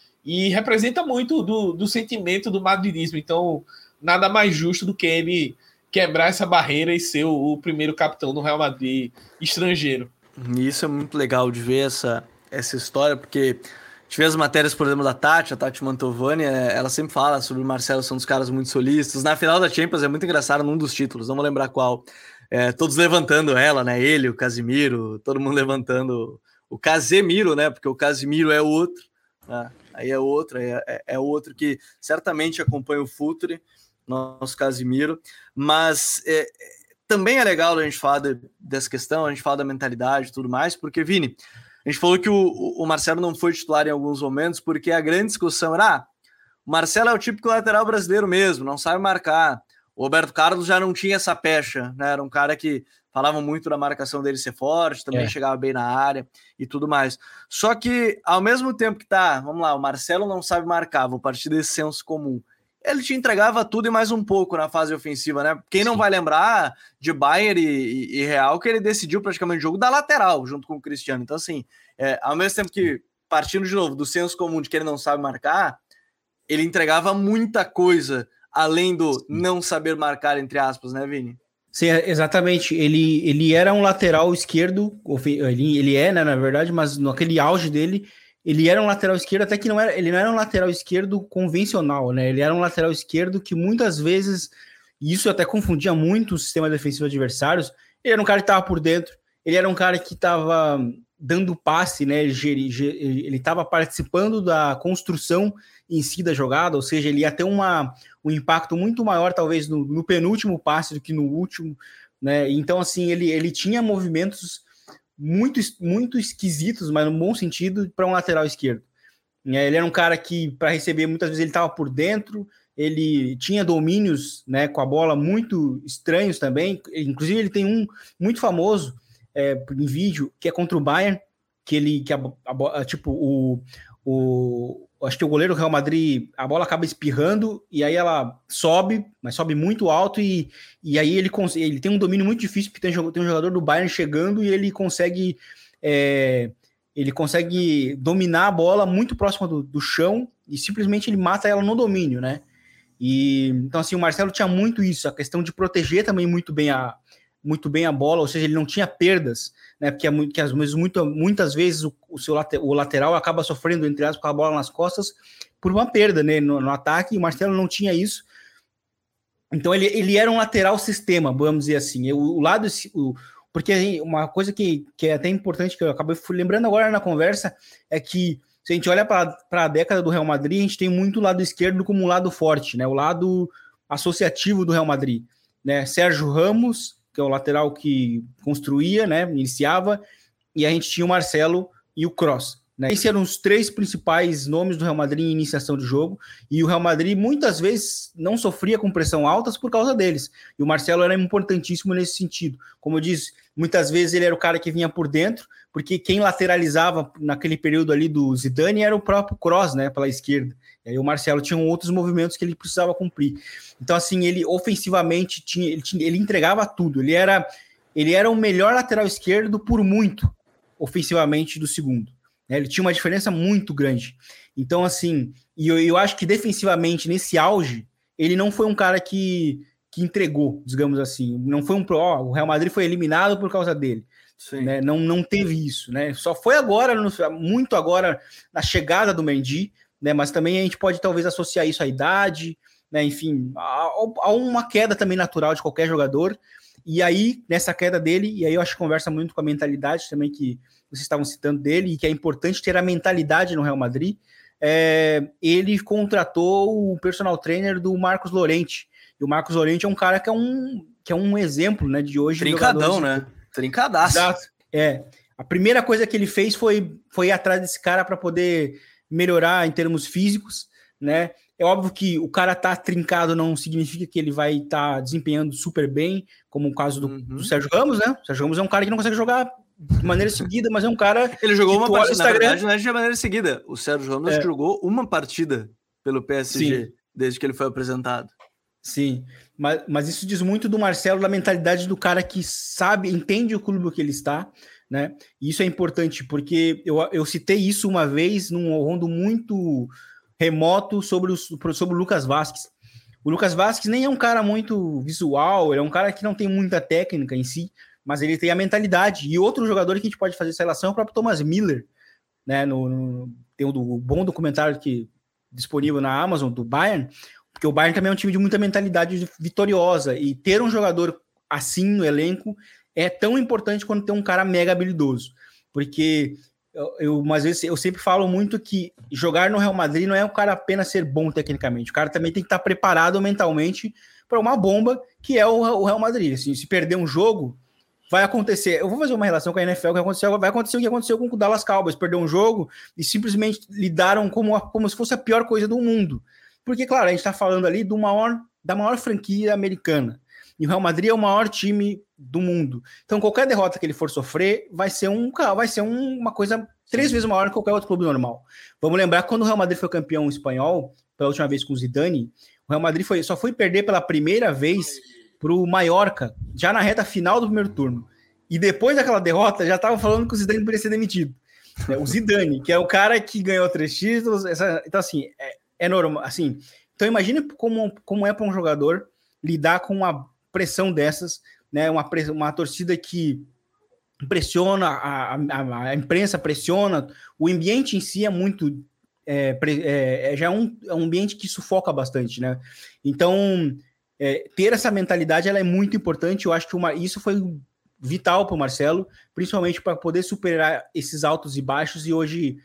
e representa muito do, do sentimento do madridismo. Então nada mais justo do que ele quebrar essa barreira e ser o, o primeiro capitão do Real Madrid estrangeiro. Isso é muito legal de ver essa, essa história, porque a gente vê as matérias, por exemplo, da Tati, a Tati Mantovani, ela sempre fala sobre o Marcelo, são dos caras muito solistas. Na final da Champions é muito engraçado num dos títulos, não vou lembrar qual, é, todos levantando ela, né, ele, o Casimiro, todo mundo levantando o Casemiro, né, porque o Casimiro é outro, né? Aí é outro, é, é, é outro que certamente acompanha o Futre, nosso Casimiro, mas é, também é legal a gente falar de, dessa questão, a gente fala da mentalidade e tudo mais, porque, Vini, a gente falou que o, o Marcelo não foi titular em alguns momentos, porque a grande discussão era, ah, o Marcelo é o típico lateral brasileiro mesmo, não sabe marcar. O Roberto Carlos já não tinha essa pecha, né? Era um cara que falava muito da marcação dele ser forte, também é. chegava bem na área e tudo mais. Só que, ao mesmo tempo que tá, vamos lá, o Marcelo não sabe marcar, vou partir desse senso comum, ele te entregava tudo e mais um pouco na fase ofensiva, né? Quem não Sim. vai lembrar de Bayern e, e, e Real, que ele decidiu praticamente o jogo da lateral, junto com o Cristiano. Então, assim, é, ao mesmo tempo que, partindo de novo do senso comum de que ele não sabe marcar, ele entregava muita coisa, além do Sim. não saber marcar, entre aspas, né, Vini? Sim, exatamente. Ele, ele era um lateral esquerdo, ele, ele é, né, na verdade, mas naquele auge dele, ele era um lateral esquerdo, até que não era, ele não era um lateral esquerdo convencional, né? Ele era um lateral esquerdo que muitas vezes, e isso até confundia muito o sistema defensivo adversários, ele era um cara que estava por dentro, ele era um cara que estava dando passe, né? Ele estava participando da construção em si da jogada, ou seja, ele ia ter uma, um impacto muito maior, talvez, no, no penúltimo passe do que no último, né? Então, assim, ele, ele tinha movimentos muito, muito esquisitos, mas no bom sentido, para um lateral esquerdo. Ele era um cara que, para receber, muitas vezes ele estava por dentro, ele tinha domínios, né, com a bola muito estranhos também, inclusive ele tem um muito famoso é, em vídeo, que é contra o Bayern, que ele, que a, a, tipo, o, o, acho que o goleiro do Real Madrid, a bola acaba espirrando, e aí ela sobe, mas sobe muito alto, e, e aí ele, ele tem um domínio muito difícil, porque tem, tem um jogador do Bayern chegando, e ele consegue, é, ele consegue dominar a bola muito próxima do, do chão, e simplesmente ele mata ela no domínio, né? E, então, assim, o Marcelo tinha muito isso, a questão de proteger também muito bem a, muito bem a bola, ou seja, ele não tinha perdas, né? Porque, que às vezes, muito, muitas vezes o, o, seu later, o lateral acaba sofrendo, entre aspas, com a bola nas costas por uma perda, né? No, no ataque, e o Marcelo não tinha isso. Então ele, ele era um lateral sistema, vamos dizer assim. O, o lado... O, porque uma coisa que, que é até importante, que eu acabei lembrando agora na conversa, é que se a gente olha para a década do Real Madrid, a gente tem muito o lado esquerdo como um lado forte, né? O lado associativo do Real Madrid, né? Sérgio Ramos, que é o lateral que construía, né? Iniciava, e a gente tinha o Marcelo e o Kroos, né? Esses eram os três principais nomes do Real Madrid em iniciação de jogo, e o Real Madrid muitas vezes não sofria com pressão altas por causa deles, e o Marcelo era importantíssimo nesse sentido. Como eu disse, muitas vezes ele era o cara que vinha por dentro, porque quem lateralizava naquele período ali do Zidane era o próprio Kroos, né, pela esquerda. E aí o Marcelo tinha outros movimentos que ele precisava cumprir. Então, assim, ele ofensivamente tinha, ele, tinha, ele entregava tudo. Ele era, ele era o melhor lateral esquerdo por muito, ofensivamente, do segundo. Ele tinha uma diferença muito grande. Então, assim, e eu, eu acho que defensivamente, nesse auge, ele não foi um cara que, que entregou, digamos assim. Não foi um pro, ó, o Real Madrid foi eliminado por causa dele. Né? Não, não teve isso, né? Só foi agora, muito agora, na chegada do Mendy, né? Mas também a gente pode talvez associar isso à idade, né? Enfim, a, a uma queda também natural de qualquer jogador. E aí, nessa queda dele, e aí eu acho que conversa muito com a mentalidade também que vocês estavam citando dele, e que é importante ter a mentalidade no Real Madrid. É, ele contratou o personal trainer do Marcos Llorente. E o Marcos Llorente é um cara que é um, que é um exemplo, né, de hoje. Trincadão, né? Trincadaço. Exato. É. A primeira coisa que ele fez foi, foi ir atrás desse cara para poder melhorar em termos físicos, né? É óbvio que o cara tá trincado não significa que ele vai estar tá desempenhando super bem, como o caso do, uhum. do Sérgio Ramos, né? O Sérgio Ramos é um cara que não consegue jogar de maneira seguida, mas é um cara... Ele jogou uma partida, na verdade, não é de maneira seguida. O Sérgio Ramos é. jogou uma partida pelo P S G, Sim. desde que ele foi apresentado. Sim, mas, mas isso diz muito do Marcelo, da mentalidade do cara que sabe, entende o clube que ele está, né? E isso é importante, porque eu, eu citei isso uma vez num rondo muito remoto sobre o, sobre o Lucas Vázquez. O Lucas Vázquez nem é um cara muito visual, ele é um cara que não tem muita técnica em si, mas ele tem a mentalidade. E outro jogador que a gente pode fazer essa relação é o próprio Thomas Müller, né? No, no, tem um do, bom documentário que, disponível na Amazon, do Bayern, porque o Bayern também é um time de muita mentalidade vitoriosa, e ter um jogador assim no elenco é tão importante quanto ter um cara mega habilidoso, porque eu, eu, umas vezes, eu sempre falo muito que jogar no Real Madrid não é o cara apenas ser bom tecnicamente, o cara também tem que estar preparado mentalmente para uma bomba que é o, o Real Madrid. Assim, se perder um jogo, vai acontecer, eu vou fazer uma relação com a N F L, que aconteceu, vai acontecer o que aconteceu com o Dallas Cowboys, perdeu um jogo e simplesmente lidaram como, como se fosse a pior coisa do mundo. Porque, claro, a gente está falando ali do maior, da maior franquia americana. E o Real Madrid é o maior time do mundo. Então, qualquer derrota que ele for sofrer vai ser, um, vai ser um, uma coisa três vezes maior que qualquer outro clube normal. Vamos lembrar que quando o Real Madrid foi campeão espanhol, pela última vez com o Zidane, o Real Madrid foi, só foi perder pela primeira vez para o Mallorca, já na reta final do primeiro turno. E depois daquela derrota, já estavam falando que o Zidane poderia ser demitido. O Zidane, que é o cara que ganhou três títulos. Essa, então, assim... É, É normal, assim. Então imagine como, como é para um jogador lidar com uma pressão dessas, né? Uma, uma torcida que pressiona, a, a, a imprensa pressiona, o ambiente em si é muito, é, é, já é um, é um ambiente que sufoca bastante, né? Então é, ter essa mentalidade ela é muito importante. Eu acho que uma, isso foi vital para o Marcelo, principalmente para poder superar esses altos e baixos e hoje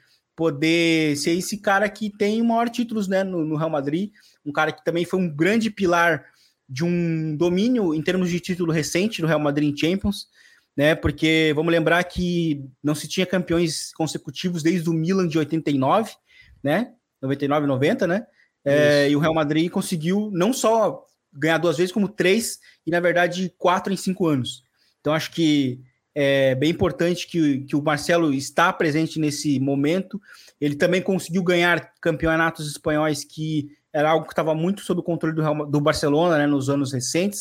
poder ser esse cara que tem o maior títulos, né, no, no Real Madrid, um cara que também foi um grande pilar de um domínio em termos de título recente no Real Madrid em Champions, né, porque vamos lembrar que não se tinha campeões consecutivos desde o Milan de oitenta e nove, né, noventa e nove, noventa, né, é, e o Real Madrid conseguiu não só ganhar duas vezes, como três, e na verdade quatro em cinco anos. Então acho que é bem importante que, que o Marcelo está presente nesse momento. Ele também conseguiu ganhar campeonatos espanhóis, que era algo que estava muito sob o controle do, Real, do Barcelona, né, nos anos recentes.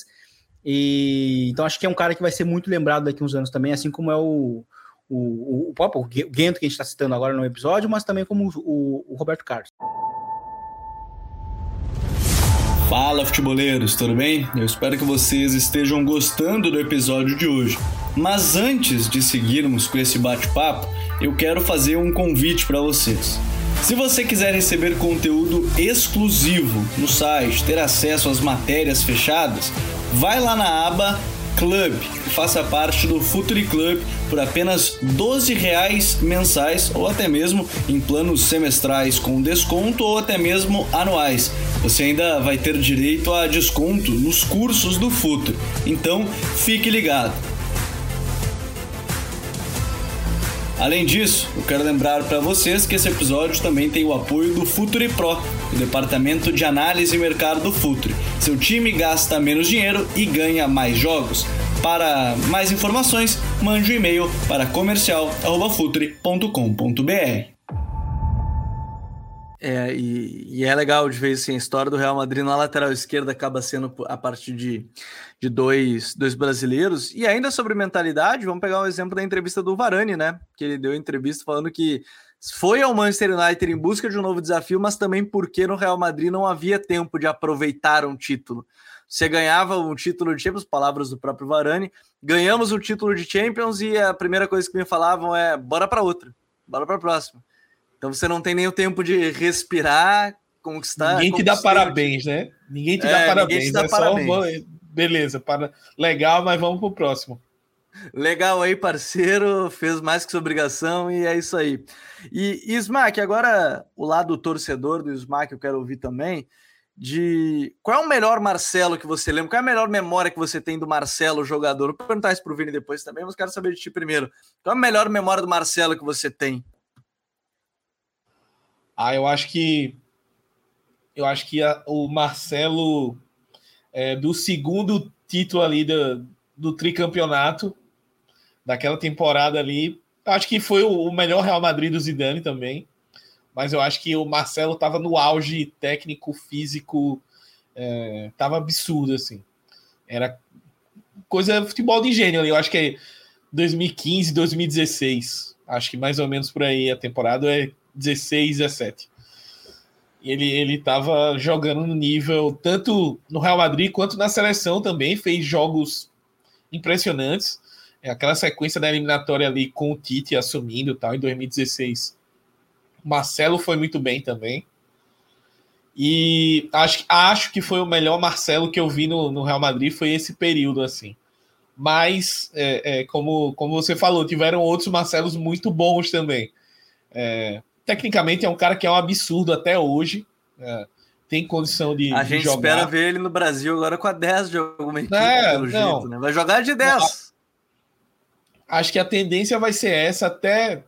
E, então acho que é um cara que vai ser muito lembrado daqui a uns anos também, assim como é o, o, o, o, o Guento, que a gente está citando agora no episódio, mas também como o, o Roberto Carlos. Fala, futeboleiros, tudo bem? Eu espero que vocês estejam gostando do episódio de hoje. Mas antes de seguirmos com esse bate-papo, eu quero fazer um convite para vocês. Se você quiser receber conteúdo exclusivo no site, ter acesso às matérias fechadas, vai lá na aba Club e faça parte do Futuri Club por apenas doze reais mensais ou até mesmo em planos semestrais com desconto ou até mesmo anuais. Você ainda vai ter direito a desconto nos cursos do Futuri, então fique ligado. Além disso, eu quero lembrar para vocês que esse episódio também tem o apoio do Futuri Pro, o departamento de análise e mercado do Futuri. Seu time gasta menos dinheiro e ganha mais jogos. Para mais informações, mande um e-mail para comercial arroba futuri ponto com ponto b r. É, e, e é legal de ver assim, a história do Real Madrid na lateral esquerda acaba sendo a partir de, de dois, dois brasileiros. E ainda sobre mentalidade, vamos pegar um exemplo da entrevista do Varane, né? Que ele deu entrevista falando que foi ao Manchester United em busca de um novo desafio, mas também porque no Real Madrid não havia tempo de aproveitar um título. Você ganhava um título de Champions, palavras do próprio Varane, ganhamos um título de Champions e a primeira coisa que me falavam é bora para outra, bora para a próxima. Então você não tem nem o tempo de respirar, conquistar... Ninguém te dá parabéns, né? Ninguém te dá é, parabéns. Te dá é parabéns. Só, beleza, para... legal, mas vamos pro próximo. Legal aí, parceiro, fez mais que sua obrigação e é isso aí. E, e Smack, agora o lado torcedor do Smack eu quero ouvir também, de qual é o melhor Marcelo que você lembra? Qual é a melhor memória que você tem do Marcelo, jogador? Vou perguntar isso pro Vini depois também, mas quero saber de ti primeiro. Qual é a melhor memória do Marcelo que você tem? Ah, eu acho que eu acho que a, o Marcelo é, do segundo título ali do, do tricampeonato daquela temporada ali, acho que foi o, o melhor Real Madrid do Zidane também, mas eu acho que o Marcelo estava no auge técnico, físico, estava é, absurdo, assim. Era coisa futebol de gênio ali, eu acho que é dois mil e quinze, dois mil e dezesseis, acho que mais ou menos por aí a temporada é dezesseis, dezessete. Ele ele estava jogando no nível tanto no Real Madrid quanto na seleção também, fez jogos impressionantes. É aquela sequência da eliminatória ali com o Tite assumindo tal em dois mil e dezesseis. Marcelo foi muito bem também. E acho, acho que foi o melhor Marcelo que eu vi no, no Real Madrid, foi esse período assim. Mas, é, é, como, como você falou, tiveram outros Marcelos muito bons também. É, tecnicamente é um cara que é um absurdo até hoje, é, tem condição de, a de gente jogar. Espera ver ele no Brasil agora com a dez de alguma equipe, é, pelo não, jeito, né? Vai jogar de dez. Acho que a tendência vai ser essa, até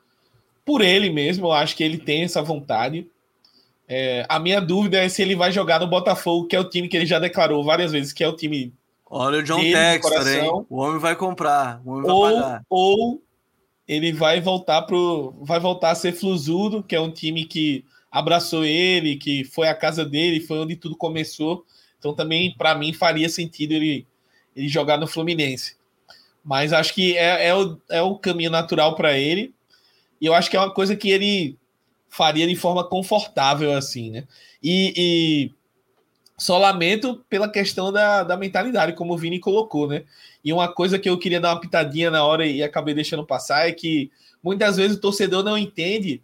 por ele mesmo, eu acho que ele tem essa vontade. É, a minha dúvida é se ele vai jogar no Botafogo, que é o time que ele já declarou várias vezes, que é o time. Olha o John Textor, hein? O homem vai comprar, o homem vai ou, pagar. Ou ele vai voltar pro, vai voltar a ser Flusudo, que é um time que abraçou ele, que foi a casa dele, foi onde tudo começou. Então também, para mim, faria sentido ele, ele jogar no Fluminense. Mas acho que é, é, o, é o caminho natural para ele. E eu acho que é uma coisa que ele faria de forma confortável, assim, né? E, e só lamento pela questão da, da mentalidade, como o Vini colocou, né? E uma coisa que eu queria dar uma pitadinha na hora e acabei deixando passar é que muitas vezes o torcedor não entende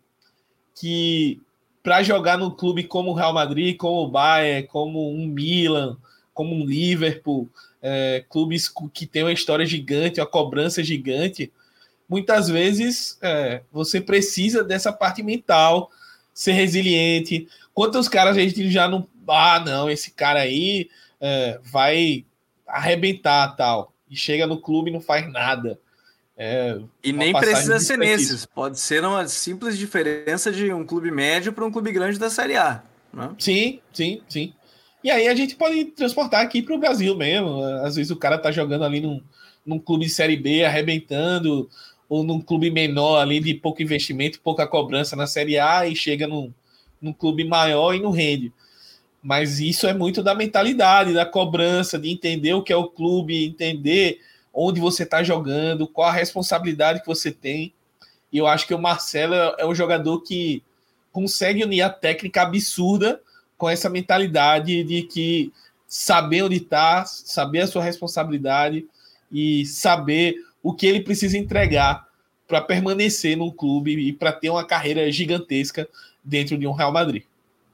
que para jogar num clube como o Real Madrid, como o Bayern, como um Milan, como um Liverpool, é, clubes que têm uma história gigante, uma cobrança gigante, muitas vezes é, você precisa dessa parte mental, ser resiliente. Quantos caras a gente já não... Ah, não, esse cara aí é, vai arrebentar, tal. E chega no clube e não faz nada. É, e nem precisa ser nesses. Pode ser uma simples diferença de um clube médio para um clube grande da Série A. Né? Sim, sim, sim. E aí a gente pode transportar aqui para o Brasil mesmo. Às vezes o cara tá jogando ali num, num clube de Série B, arrebentando, ou num clube menor ali de pouco investimento, pouca cobrança na Série A e chega num, num clube maior e não rende. Mas isso é muito da mentalidade, da cobrança, de entender o que é o clube, entender onde você está jogando, qual a responsabilidade que você tem. E eu acho que o Marcelo é um jogador que consegue unir a técnica absurda com essa mentalidade de que saber onde está, saber a sua responsabilidade e saber o que ele precisa entregar para permanecer num clube e para ter uma carreira gigantesca dentro de um Real Madrid.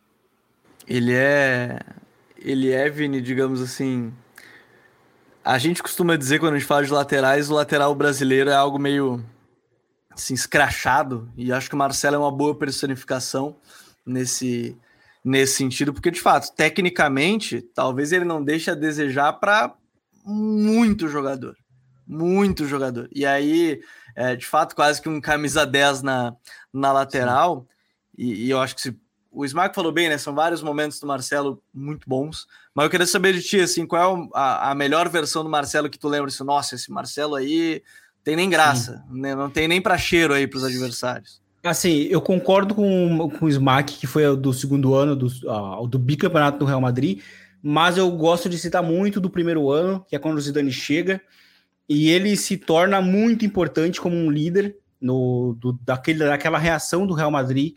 Ele é, ele é, Vini, digamos assim, a gente costuma dizer quando a gente fala de laterais, o lateral brasileiro é algo meio assim, escrachado, e acho que o Marcelo é uma boa personificação nesse, nesse sentido, porque de fato, tecnicamente, talvez ele não deixe a desejar para muito jogador, muito jogador, e aí, é, de fato, quase que um camisa dez na, na lateral, e, e eu acho que se o Smack falou bem, né? São vários momentos do Marcelo muito bons. Mas eu queria saber de ti, assim, qual é a, a melhor versão do Marcelo que tu lembra? Assim, nossa, esse Marcelo aí tem nem graça, né? Não tem nem pra cheiro aí pros adversários. Assim, eu concordo com, com o Smack, que foi do segundo ano, do, uh, do bicampeonato do Real Madrid, mas eu gosto de citar muito do primeiro ano, que é quando o Zidane chega, e ele se torna muito importante como um líder no, do, daquele, daquela reação do Real Madrid,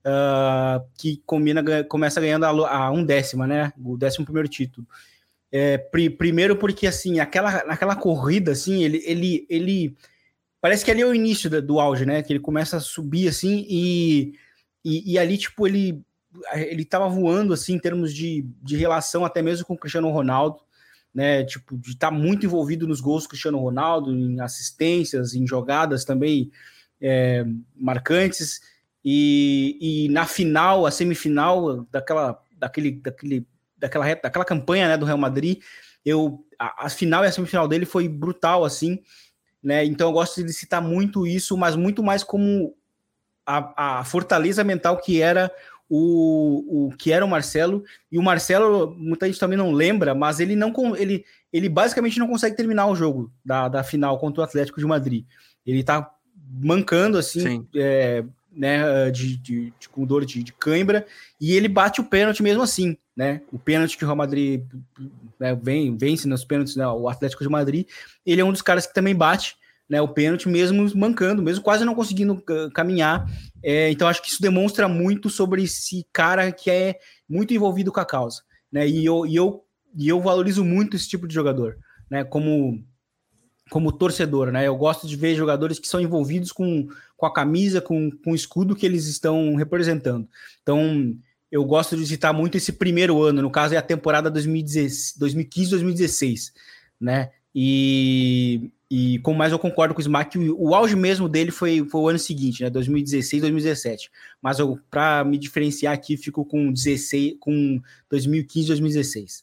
Uh, que combina, começa ganhando a, a um décima, né? O décimo primeiro título. É, pri, primeiro porque, assim, aquela, naquela corrida, assim, ele, ele, ele parece que ali é o início do, do auge, né? Que ele começa a subir, assim, e, e, e ali, tipo, ele, ele tava voando, assim, em termos de, de relação até mesmo com o Cristiano Ronaldo, né? Tipo, de estar tá muito envolvido nos gols do Cristiano Ronaldo, em assistências, em jogadas também é, marcantes. E, e na final, a semifinal daquela, daquele, daquele, daquela, daquela campanha, né, do Real Madrid, eu, a, a final e a semifinal dele foi brutal, assim, né? Então eu gosto de citar muito isso, mas muito mais como a, a fortaleza mental que era o, o que era o Marcelo. E o Marcelo, muita gente também não lembra, mas ele não ele, ele basicamente não consegue terminar o jogo da, da final contra o Atlético de Madrid. Ele tá mancando, assim, é, né, de, de, de, com dor de, de cãibra, e ele bate o pênalti mesmo assim, né, o pênalti que o Real Madrid, né, vem, vence nos pênaltis, né, o Atlético de Madrid, ele é um dos caras que também bate, né, o pênalti mesmo mancando, mesmo quase não conseguindo uh, caminhar, é, então acho que isso demonstra muito sobre esse cara que é muito envolvido com a causa, né, e eu, e eu, e eu valorizo muito esse tipo de jogador, né, como... como torcedor, né? Eu gosto de ver jogadores que são envolvidos com, com a camisa, com, com o escudo que eles estão representando. Então, eu gosto de citar muito esse primeiro ano, no caso é a temporada dois mil e quinze, dois mil e dezesseis, né? E, e como mais eu concordo com o Smack, o, o auge mesmo dele foi, foi o ano seguinte, né? dois mil e dezesseis, dois mil e dezessete. Mas para me diferenciar aqui, fico com, dezesseis, com dois mil e quinze, dois mil e dezesseis.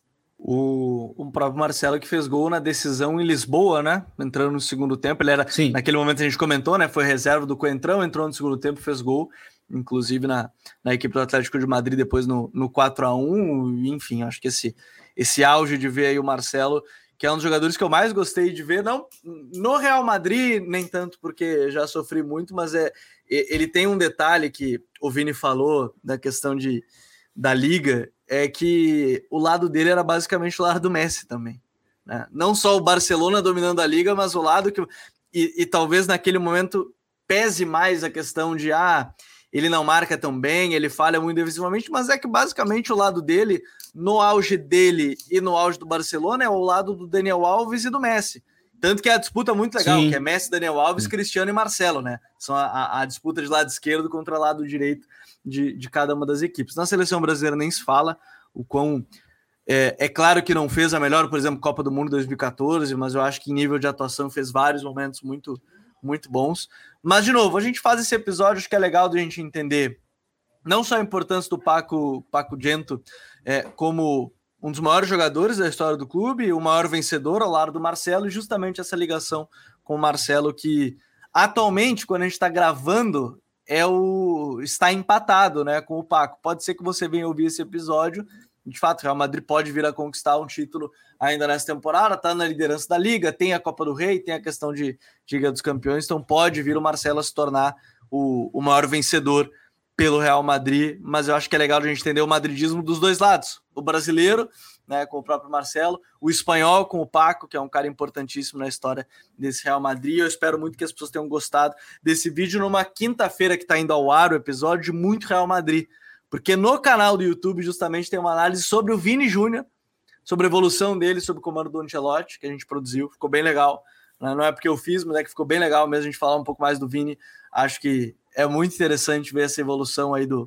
O, o próprio Marcelo que fez gol na decisão em Lisboa, né? Entrando no segundo tempo. Ele era, Sim. naquele momento a gente comentou, né? Foi reserva do Coentrão, entrou no segundo tempo, fez gol, inclusive na, na equipe do Atlético de Madrid, depois no, no quatro a um. Enfim, acho que esse, esse auge de ver aí o Marcelo, que é um dos jogadores que eu mais gostei de ver, não no Real Madrid, nem tanto porque já sofri muito, mas é, ele tem um detalhe que o Vini falou da questão de, da Liga, é que o lado dele era basicamente o lado do Messi também, né? Não só o Barcelona dominando a Liga, mas o lado que... E, e talvez naquele momento pese mais a questão de, ah, ele não marca tão bem, ele falha muito defensivamente, mas é que basicamente o lado dele, no auge dele e no auge do Barcelona, é o lado do Daniel Alves e do Messi. Tanto que é a disputa muito legal, Sim. que é Messi, Daniel Alves, Sim. Cristiano e Marcelo, né? São a, a, a disputa de lado esquerdo contra lado direito de, de cada uma das equipes. Na seleção brasileira nem se fala o quão... É, é claro que não fez a melhor, por exemplo, Copa do Mundo dois mil e catorze, mas eu acho que em nível de atuação fez vários momentos muito, muito bons. Mas, de novo, a gente faz esse episódio, acho que é legal de a gente entender não só a importância do Paco, Paco Gento é, como... um dos maiores jogadores da história do clube, o maior vencedor ao lado do Marcelo, e justamente essa ligação com o Marcelo que atualmente, quando a gente está gravando, é o está empatado, né, com o Paco. Pode ser que você venha ouvir esse episódio, de fato, o Real Madrid pode vir a conquistar um título ainda nessa temporada, está na liderança da Liga, tem a Copa do Rei, tem a questão de, de Liga dos Campeões, então pode vir o Marcelo a se tornar o, o maior vencedor pelo Real Madrid, mas eu acho que é legal a gente entender o madridismo dos dois lados, o brasileiro, né, com o próprio Marcelo, o espanhol com o Paco, que é um cara importantíssimo na história desse Real Madrid. Eu espero muito que as pessoas tenham gostado desse vídeo numa quinta-feira que está indo ao ar o episódio de muito Real Madrid, porque no canal do YouTube justamente tem uma análise sobre o Vini Júnior, sobre a evolução dele, sobre o comando do Ancelotti, que a gente produziu, ficou bem legal, não é porque eu fiz, mas é que ficou bem legal mesmo a gente falar um pouco mais do Vini. Acho que é muito interessante ver essa evolução aí do,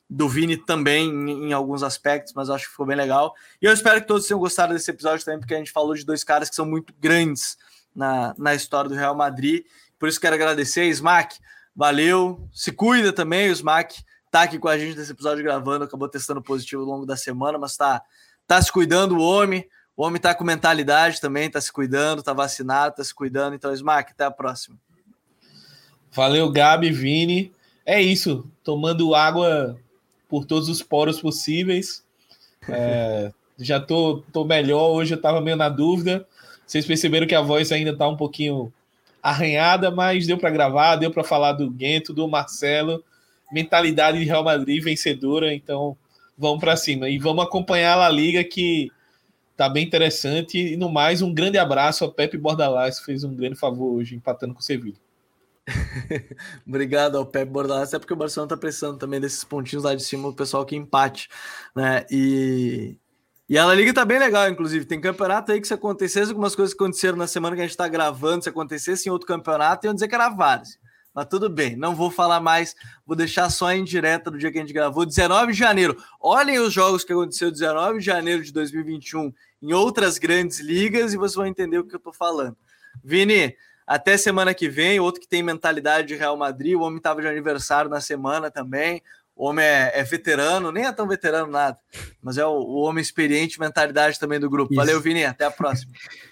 do Vini também em, em alguns aspectos, mas eu acho que ficou bem legal. E eu espero que todos tenham gostado desse episódio também, porque a gente falou de dois caras que são muito grandes na, na história do Real Madrid. Por isso quero agradecer, Smack, valeu, se cuida também, o Smack tá aqui com a gente nesse episódio gravando, acabou testando positivo ao longo da semana, mas tá, tá se cuidando o homem, o homem tá com mentalidade também, tá se cuidando, tá vacinado, tá se cuidando, então Smack, até a próxima. Valeu, Gabi, Vini, é isso, tomando água por todos os poros possíveis, é, já tô, tô melhor, hoje eu tava meio na dúvida, vocês perceberam que a voz ainda tá um pouquinho arranhada, mas deu para gravar, deu para falar do Guento, do Marcelo, mentalidade de Real Madrid vencedora, então vamos para cima e vamos acompanhar a La Liga, que tá bem interessante. E no mais, um grande abraço ao Pepe Bordalás, que fez um grande favor hoje empatando com o Sevilla. Obrigado ao Pepe Bordalás, é porque o Barcelona tá precisando também desses pontinhos lá de cima, o pessoal que empate, né? E E a La Liga tá bem legal, inclusive. Tem campeonato aí que se acontecesse algumas coisas que aconteceram na semana que a gente tá gravando, se acontecesse em outro campeonato, iam dizer que era vários. Mas tudo bem, não vou falar mais, vou deixar só em direta do dia que a gente gravou, dezenove de janeiro. Olhem os jogos que aconteceu dezenove de janeiro de dois mil e vinte e um em outras grandes ligas e vocês vão entender o que eu tô falando. Vini, até semana que vem, outro que tem mentalidade de Real Madrid, o homem tava de aniversário na semana também. O homem é, é veterano, nem é tão veterano nada, mas é o, o homem experiente, mentalidade também do grupo. Isso. Valeu, Vini, até a próxima.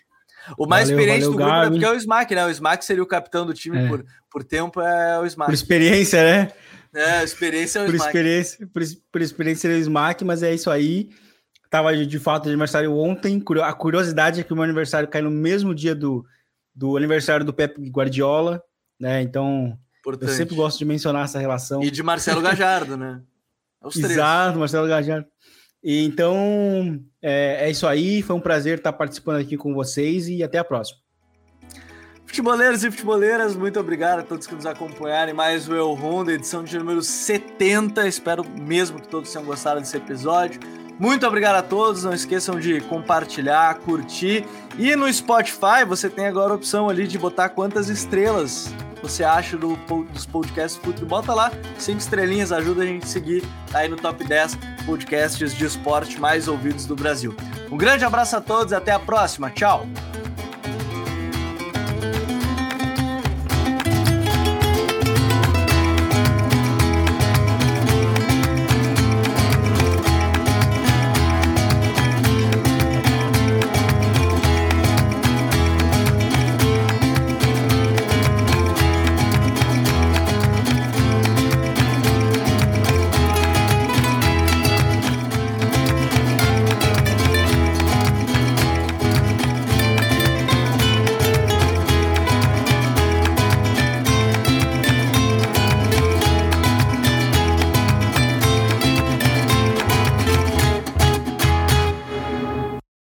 O mais valeu, experiente valeu, do grupo Gabi. É porque é o Smack, né? O Smack seria o capitão do time é. por, por tempo, é o Smack. Por experiência, né? É, a experiência é o por Smack. Experiência, por, por experiência seria o Smack, mas é isso aí. Tava de, de fato de aniversário ontem. A curiosidade é que o meu aniversário cai no mesmo dia do, do aniversário do Pep Guardiola, né? Então... Importante. Eu sempre gosto de mencionar essa relação. E de Marcelo Gajardo, né? Os três. Exato, Marcelo Gajardo. E então, é, é isso aí. Foi um prazer estar participando aqui com vocês e até a próxima. Futeboleiros e futeboleiras, muito obrigado a todos que nos acompanharam em mais o El Rondo, edição de número setenta. Espero mesmo que todos tenham gostado desse episódio. Muito obrigado a todos, não esqueçam de compartilhar, curtir. E no Spotify você tem agora a opção ali de botar quantas estrelas você acha do, dos podcasts futebol. Bota lá, cinco estrelinhas, ajuda a gente a seguir tá aí no top dez podcasts de esporte mais ouvidos do Brasil. Um grande abraço a todos e até a próxima. Tchau!